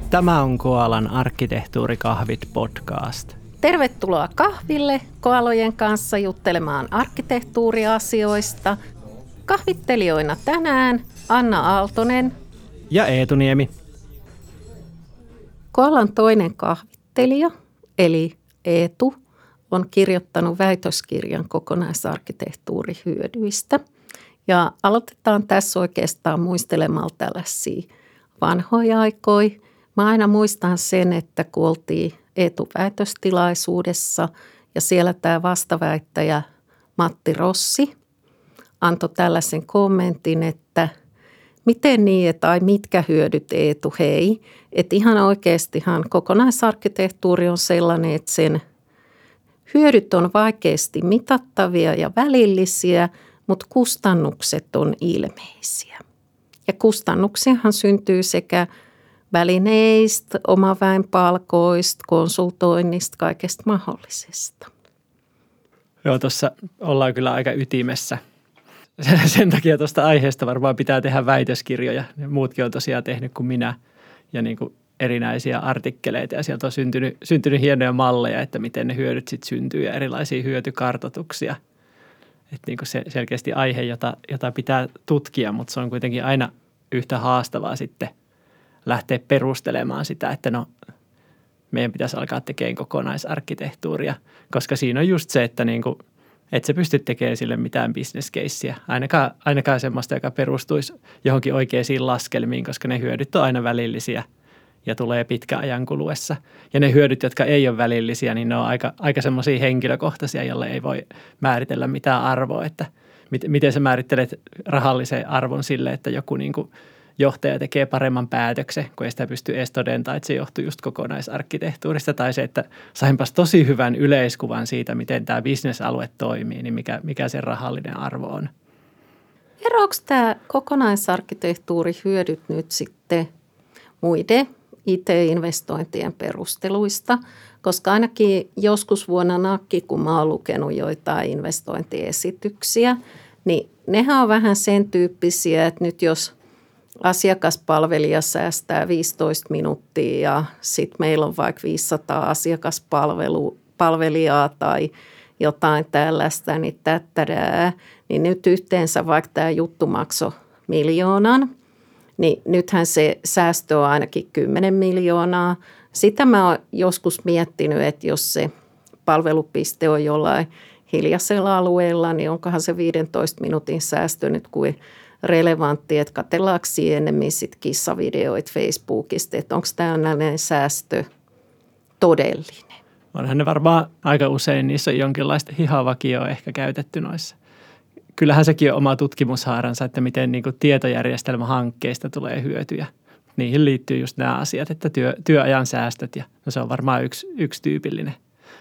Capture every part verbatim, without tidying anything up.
Tämä on Koalan Arkkitehtuurikahvit podcast. Tervetuloa kahville koalojen kanssa juttelemaan arkkitehtuuriasioista. Kahvittelijoina tänään Anna Aaltonen ja Eetu Niemi. Koalan toinen kahvittelija, eli Eetu, on kirjoittanut väitöskirjan kokonaisarkkitehtuurihyödyistä. Ja aloitetaan tässä oikeastaan muistelemalla tällaisia vanhoja aikoja. Mä aina muistan sen, että kun oltiin Eetu-väitöstilaisuudessa ja siellä tämä vastaväittäjä Matti Rossi antoi tällaisen kommentin, että miten niin, että ai mitkä hyödyt Eetu, hei. Että ihan oikeastihan kokonaisarkkitehtuuri on sellainen, että sen hyödyt on vaikeasti mitattavia ja välillisiä, mutta kustannukset on ilmeisiä. Ja kustannuksiahan syntyy sekä välineistä, omaväen palkoista, konsultoinnista, kaikesta mahdollisesta. Joo, tuossa ollaan kyllä aika ytimessä. Sen takia tuosta aiheesta varmaan pitää tehdä väitöskirjoja. Muutkin on tosiaan tehnyt kuin minä ja niin kuin erinäisiä artikkeleita ja sieltä on syntynyt, syntynyt hienoja malleja, että miten ne hyödyt sitten syntyy ja erilaisia hyötykartoituksia. Että niin kuin se selkeästi aihe, jota, jota pitää tutkia, mutta se on kuitenkin aina yhtä haastavaa sitten lähteä perustelemaan sitä, että no meidän pitäisi alkaa tekemään kokonaisarkkitehtuuria, koska siinä on just se, että niin kuin, et sä pysty tekemään sille mitään business-keissiä, ainakaan, ainakaan semmoista, joka perustuisi johonkin oikeisiin laskelmiin, koska ne hyödyt on aina välillisiä ja tulee pitkän ajan kuluessa. Ja ne hyödyt, jotka ei ole välillisiä, niin ne on aika, aika semmoisia henkilökohtaisia, jolle ei voi määritellä mitään arvoa, että mit, miten sä määrittelet rahallisen arvon sille, että joku niin kuin johtaja tekee paremman päätöksen, kun ei sitä pysty edes todentamaan, että se johtuu just kokonaisarkkitehtuurista. Tai se, että sainpas tosi hyvän yleiskuvan siitä, miten tämä bisnesalue toimii, niin mikä, mikä se rahallinen arvo on. Eroako tämä kokonaisarkkitehtuuri hyödyt nyt sitten muiden I T-investointien perusteluista? Koska ainakin joskus vuonna nakki, kun mä oon lukenut joitain investointiesityksiä, niin nehän on vähän sen tyyppisiä, että nyt jos asiakaspalvelija säästää viisitoista minuuttia ja sitten meillä on vaikka viisisataa asiakaspalvelijaa tai jotain tällaista, niin tättädää, niin nyt yhteensä vaikka tämä juttu maksoi miljoonan, niin nythän se säästö on ainakin kymmenen miljoonaa. Sitä mä oon joskus miettinyt, että jos se palvelupiste on jollain hiljaisella alueella, niin onkohan se viidentoista minuutin säästö nyt kuin relevantti, että katsellaanko enemmän sit kissavideoita Facebookista, että onko tällainen säästö todellinen. Onhan ne varmaan aika usein, niissä on jonkinlaista hihavakioa ehkä käytetty noissa. Kyllähän sekin on oma tutkimushaaransa, että miten niin kuin tietojärjestelmähankkeista tulee hyötyjä. Niihin liittyy just nämä asiat, että työ, työajan säästöt ja no se on varmaan yksi, yksi tyypillinen.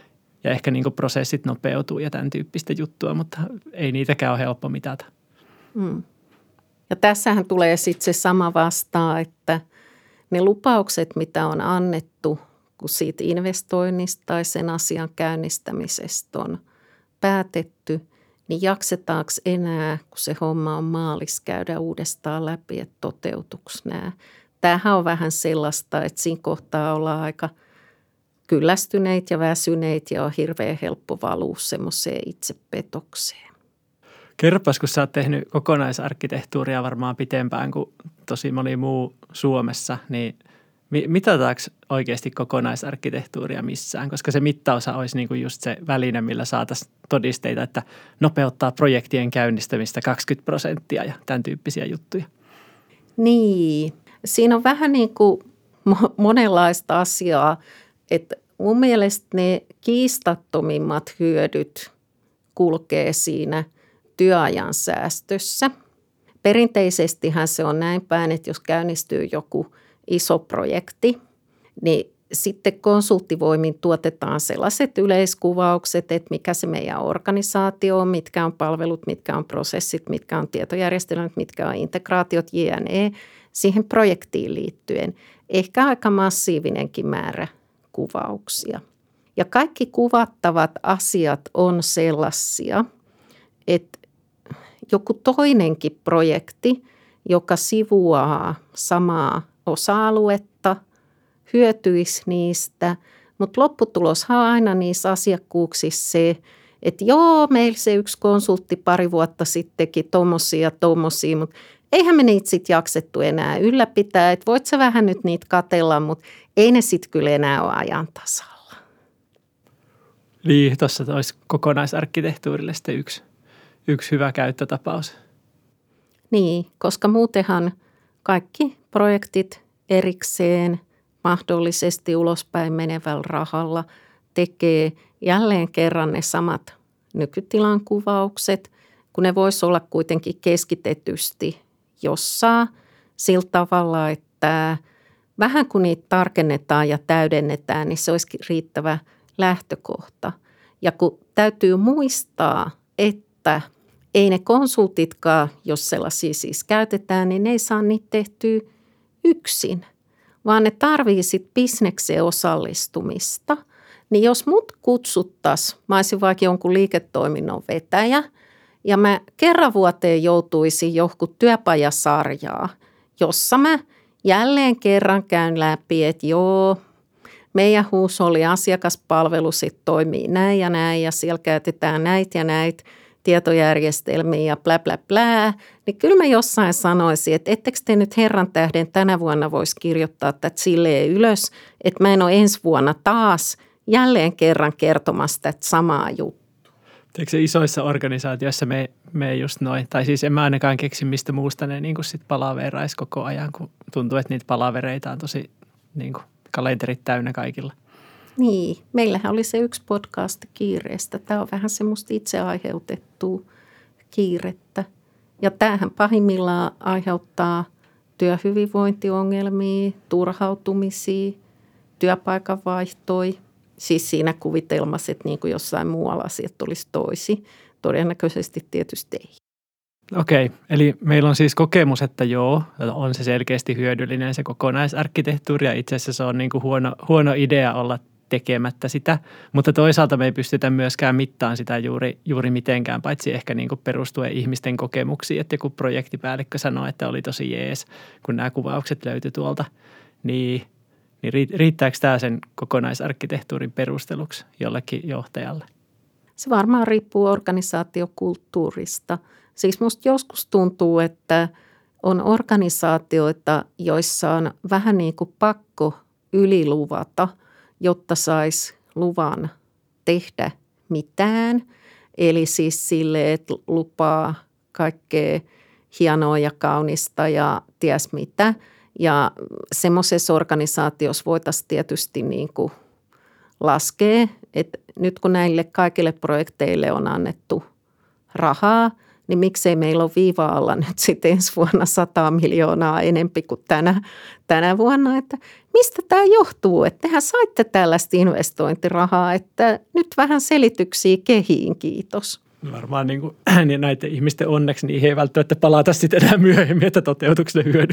Ja ehkä niin kuin prosessit nopeutuu ja tämän tyyppistä juttua, mutta ei niitäkään ole helppo mitata. Hmm. Ja tässähän tulee sitten se sama vastaan, että ne lupaukset, mitä on annettu, kun siitä investoinnista tai sen asian käynnistämisestä on päätetty, niin jaksetaanko enää, kun se homma on maalissa, käydä uudestaan läpi, että toteutuuko nämä. Tämähän on vähän sellaista, että siinä kohtaa ollaan aika kyllästyneitä ja väsyneitä ja on hirveän helppo valua semmoiseen itsepetokseen. Kerropas, kun sä oot tehnyt kokonaisarkkitehtuuria varmaan pitempään kuin tosi moni muu Suomessa, niin mitataanko oikeasti kokonaisarkkitehtuuria missään? Koska se mittaosa olisi niin kuin just se väline, millä saataisiin todisteita, että nopeuttaa projektien käynnistämistä kaksikymmentä prosenttia ja tämän tyyppisiä juttuja. Niin, siinä on vähän niin kuin monenlaista asiaa, että mun mielestä ne kiistattomimmat hyödyt kulkee siinä työajan säästössä. Perinteisestihän se on näin päin, että jos käynnistyy joku iso projekti, niin sitten konsulttivoimin tuotetaan sellaiset yleiskuvaukset, että mikä se meidän organisaatio on, mitkä on palvelut, mitkä on prosessit, mitkä on tietojärjestelmät, mitkä on integraatiot, jne. Siihen projektiin liittyen. Ehkä aika massiivinenkin määrä kuvauksia. Ja kaikki kuvattavat asiat on sellaisia, että joku toinenkin projekti, joka sivuaa samaa osa-aluetta, hyötyisi niistä. Mutta lopputuloshan on aina niissä asiakkuuksissa se, että joo, meillä se yksi konsultti pari vuotta sitten teki tommosia ja tommosia, mutta eihän me niitä sitten jaksettu enää ylläpitää. Että voit sä vähän nyt niitä katella, mutta ei ne sitten kyllä enää ole ajan tasalla. Niin, tuossa olisi kokonaisarkkitehtuurille sitten yksi, yksi hyvä käyttötapaus. Niin, koska muutenhan kaikki projektit erikseen mahdollisesti ulospäin menevällä rahalla tekee jälleen kerran ne samat nykytilan kuvaukset, kun ne voisi olla kuitenkin keskitetysti jossain sillä tavalla, että vähän kun niitä tarkennetaan ja täydennetään, niin se olisi riittävä lähtökohta. Ja kun täytyy muistaa, että ei ne konsultitkaan, jos sellaisia siis käytetään, niin ne ei saa niitä tehtyä yksin, vaan ne tarvii sitten bisnekseen osallistumista. Niin jos mut kutsuttaisiin, mä olisin vaikka jonkun liiketoiminnon vetäjä, ja mä kerran vuoteen joutuisin johonkin työpajasarjaa, jossa mä jälleen kerran käyn läpi, että joo, meidän huusholli asiakaspalvelu sitten toimii näin ja näin, ja siellä käytetään näitä ja näitä tietojärjestelmiä ja blä blä blä, niin kyllä mä jossain sanoisin, että ettekö te nyt herran tähden tänä vuonna voisi kirjoittaa tätä silleen ylös, että mä en ole ensi vuonna taas jälleen kerran kertomassa tätä samaa juttua. Eikö se isoissa organisaatioissa me, me just noin, tai siis en mä ainakaan keksi mistä muusta ne niin sit palaveraisi koko ajan, kun tuntuu, että niitä palavereita on tosi niin kuin kalenterit täynnä kaikilla. Niin, meillähän oli se yksi podcast kiireestä. Tämä on vähän semmoista itse aiheutettua kiirettä. Ja tämähän pahimmillaan aiheuttaa työhyvinvointiongelmia, turhautumisia, työpaikan vaihtoi. Siis siinä kuvitelmassa, että niin kuin jossain muualla asiat olisi toisi. Todennäköisesti tietysti ei. Okei, eli meillä on siis kokemus, että joo, on se selkeästi hyödyllinen se kokonaisarkkitehtuuri ja itse asiassa se on niin kuin huono, huono idea olla tekemättä sitä, mutta toisaalta me ei pystytä myöskään mittaan sitä juuri, juuri mitenkään, paitsi ehkä niin kuin perustuen ihmisten kokemuksiin, että joku projektipäällikkö sanoi, että oli tosi jees, kun nämä kuvaukset löytyi tuolta, niin, niin riittääkö tämä sen kokonaisarkkitehtuurin perusteluksi jollekin johtajalle? Se varmaan riippuu organisaatiokulttuurista. Siis musta joskus tuntuu, että on organisaatioita, joissa on vähän niin kuin pakko yliluvata, jotta saisi luvan tehdä mitään. Eli siis sille, että lupaa kaikkea hienoa ja kaunista ja ties mitä. Ja semmoisessa organisaatiossa voitaisiin tietysti niin kuin laskea, että nyt kun näille kaikille projekteille on annettu rahaa, niin miksei meillä ole viiva-alla nyt sitten ensi vuonna sata miljoonaa enempi kuin tänä, tänä vuonna. Että mistä tämä johtuu? Että tehän saitte tällaista investointirahaa, että nyt vähän selityksiä kehiin, kiitos. Varmaan niin kuin, niin näiden ihmisten onneksi niin he ei välttämättä palata sitten enää myöhemmin, että toteutuuko ne hyödyt.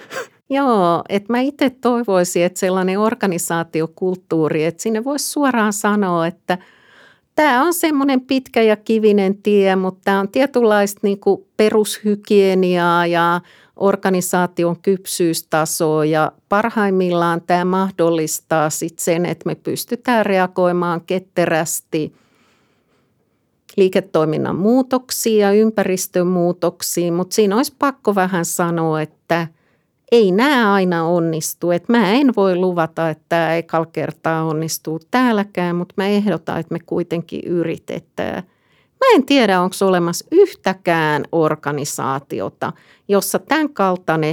Joo, että mä itse toivoisin, että sellainen organisaatiokulttuuri, että sinne voisi suoraan sanoa, että tämä on semmoinen pitkä ja kivinen tie, mutta tämä on tietynlaista niin kuin perushygieniaa ja organisaation kypsyystasoa ja parhaimmillaan tämä mahdollistaa sitten sen, että me pystytään reagoimaan ketterästi liiketoiminnan muutoksiin ja ympäristön muutoksiin, mutta siinä olisi pakko vähän sanoa, että ei nämä aina onnistu. Että mä en voi luvata, että tämä ekalla kertaa onnistuu täälläkään, mutta mä ehdotan, että me kuitenkin yritetään. Mä en tiedä, onko olemassa yhtäkään organisaatiota, jossa tämän kaltainen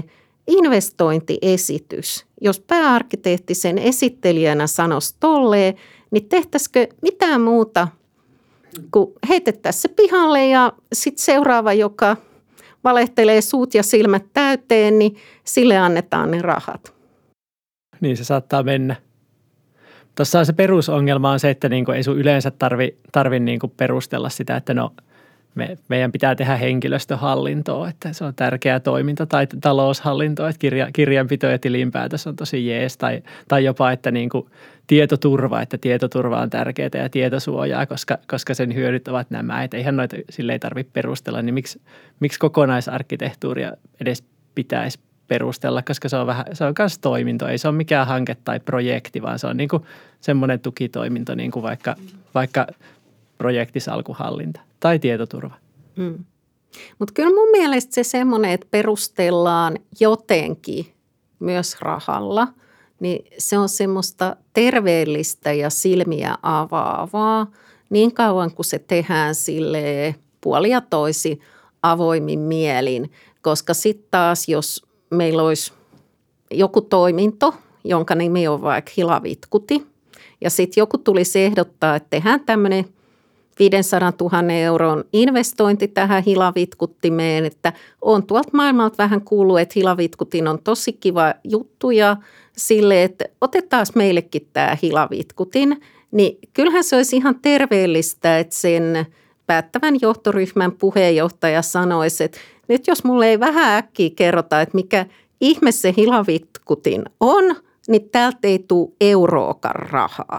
investointiesitys, jos pääarkkitehti sen esittelijänä sanoisi tolleen, niin tehtäisikö mitään muuta, kun heitettäisiin se pihalle ja sitten seuraava, joka valehtelee suut ja silmät täyteen, niin sille annetaan ne rahat. Niin se saattaa mennä. Tuossa on se perusongelma on se, että niinku ei sun yleensä tarvi, tarvi niinku perustella sitä, että no me, meidän pitää tehdä henkilöstöhallintoa, että se on tärkeä toiminta tai taloushallintoa, että kirja, kirjanpito ja tilinpäätös on tosi jees tai, tai jopa, että niinku tietoturva, että tietoturva on tärkeää ja tietosuojaa, koska, koska sen hyödyt ovat nämä, että eihän noita sille ei tarvitse perustella, niin miksi, miksi kokonaisarkkitehtuuria edes pitäisi perustella, koska se on vähän, se on myös toiminto. Ei se ole mikään hanke tai projekti, vaan se on niin kuin semmoinen tukitoiminto, niin kuin vaikka, vaikka projektisalkuhallinta tai tietoturva. Mm. Mutta kyllä mun mielestä se semmoinen, että perustellaan jotenkin myös rahalla, niin se on semmoista terveellistä ja silmiä avaavaa niin kauan kuin se tehdään silleen puoli ja toisi avoimin mielin, koska sitten taas jos meillä olisi joku toiminto, jonka nimi on vaikka hilavitkuti, ja sitten joku tulisi ehdottaa, että tehdään tämmöinen viisisataa euron investointi tähän hilavitkuttimeen, että on tuolta maailmalta vähän kuullut, että hilavitkutin on tosi kiva juttu ja sille, että otetaan meillekin tämä hilavitkutin, niin kyllähän se olisi ihan terveellistä, että sen päättävän johtoryhmän puheenjohtaja sanoisi, että nyt jos mulle ei vähän äkkiä kerrota, että mikä ihme se hilavitkutin on, niin täältä ei tule euroakaan rahaa.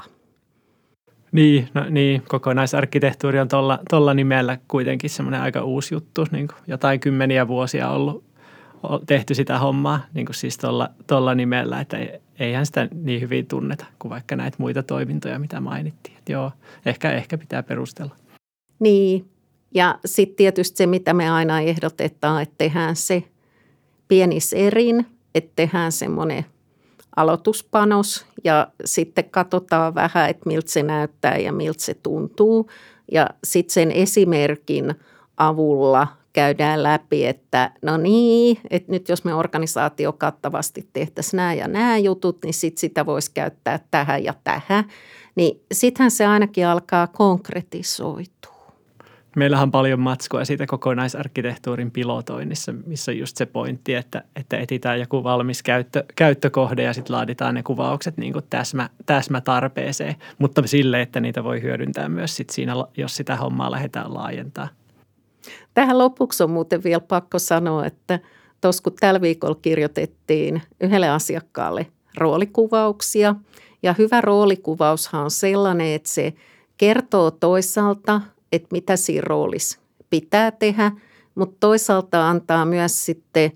Niin, no, niin, kokonaisarkkitehtuuri on tuolla, tuolla nimellä kuitenkin semmoinen aika uusi juttu, niin kuin jotain kymmeniä vuosia ollut tehty sitä hommaa, niin kuin siis tuolla, tuolla nimellä, että eihän sitä niin hyvin tunneta kuin vaikka näitä muita toimintoja, mitä mainittiin. Että joo, ehkä, ehkä pitää perustella. Niin, ja sitten tietysti se, mitä me aina ehdotetaan, että tehdään se pienis erin, että tehdään semmoinen aloituspanos ja sitten katsotaan vähän, että miltä se näyttää ja miltä se tuntuu. Ja sitten sen esimerkin avulla käydään läpi, että no niin, että nyt jos me organisaatio kattavasti tehtäisiin nämä ja nämä jutut, niin sitten sitä voisi käyttää tähän ja tähän. Niin sittenhän se ainakin alkaa konkretisoitua. Meillähän on paljon matskua siitä kokonaisarkkitehtuurin pilotoinnissa, missä on just se pointti, että, että etsitään joku valmis käyttö, käyttökohde ja sitten laaditaan ne kuvaukset niin kuin täsmä, täsmätarpeeseen, mutta sille, että niitä voi hyödyntää myös sit siinä, jos sitä hommaa lähdetään laajentaa. Tähän lopuksi on muuten vielä pakko sanoa, että tuossa kun tällä viikolla kirjoitettiin yhdelle asiakkaalle roolikuvauksia ja hyvä roolikuvaushan on sellainen, että se kertoo toisaalta, että mitä siinä roolissa pitää tehdä, mutta toisaalta antaa myös sitten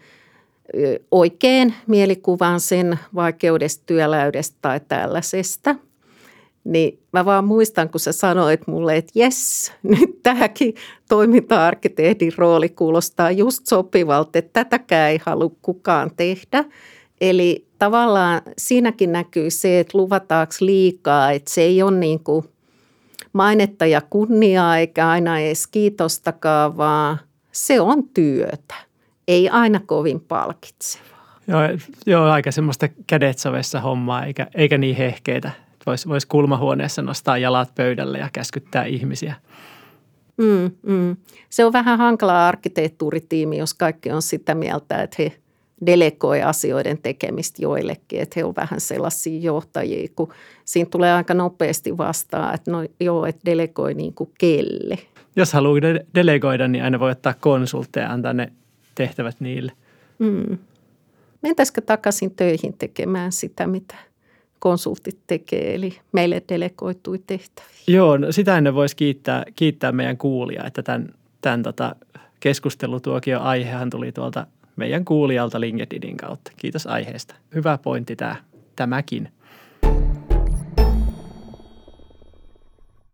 oikein mielikuvan sen vaikeudesta, työläydestä tai tällaisesta. Niin mä vaan muistan, kun sä sanoit mulle, että jes, nyt tämäkin toiminta-arkkitehdin rooli kuulostaa just sopivalta, että tätäkään ei halua kukaan tehdä. Eli tavallaan siinäkin näkyy se, että luvataanko liikaa, että se ei ole niin kuin mainetta ja kunniaa eikä aina edes kiitostakaan, vaan se on työtä. Ei aina kovin palkitsevaa. Joo, joo aika semmoista kädet savessa hommaa eikä, eikä niin hehkeitä. Voisi vois kulmahuoneessa nostaa jalat pöydälle ja käskyttää ihmisiä. Mm, mm. Se on vähän hankalaa arkkitehtuuritiimi, jos kaikki on sitä mieltä, että he delegoi asioiden tekemistä joillekin, että he on vähän sellaisia johtajia, kun siinä tulee aika nopeasti vastaan, että no joo, että delegoi niin kuin kelle. Jos haluaa de- delegoida, niin aina voi ottaa konsultteja ja antaa ne tehtävät niille. Mm. Mentäisikö takaisin töihin tekemään sitä, mitä konsultit tekee, eli meille delegoitui tehtäviä? Joo, no sitä ennen voisi kiittää, kiittää meidän kuulijaa, että tämän, tämän tota keskustelutuokion aihehan tuli tuolta meidän kuulijalta LinkedInin kautta. Kiitos aiheesta. Hyvä pointti tämä, tämäkin.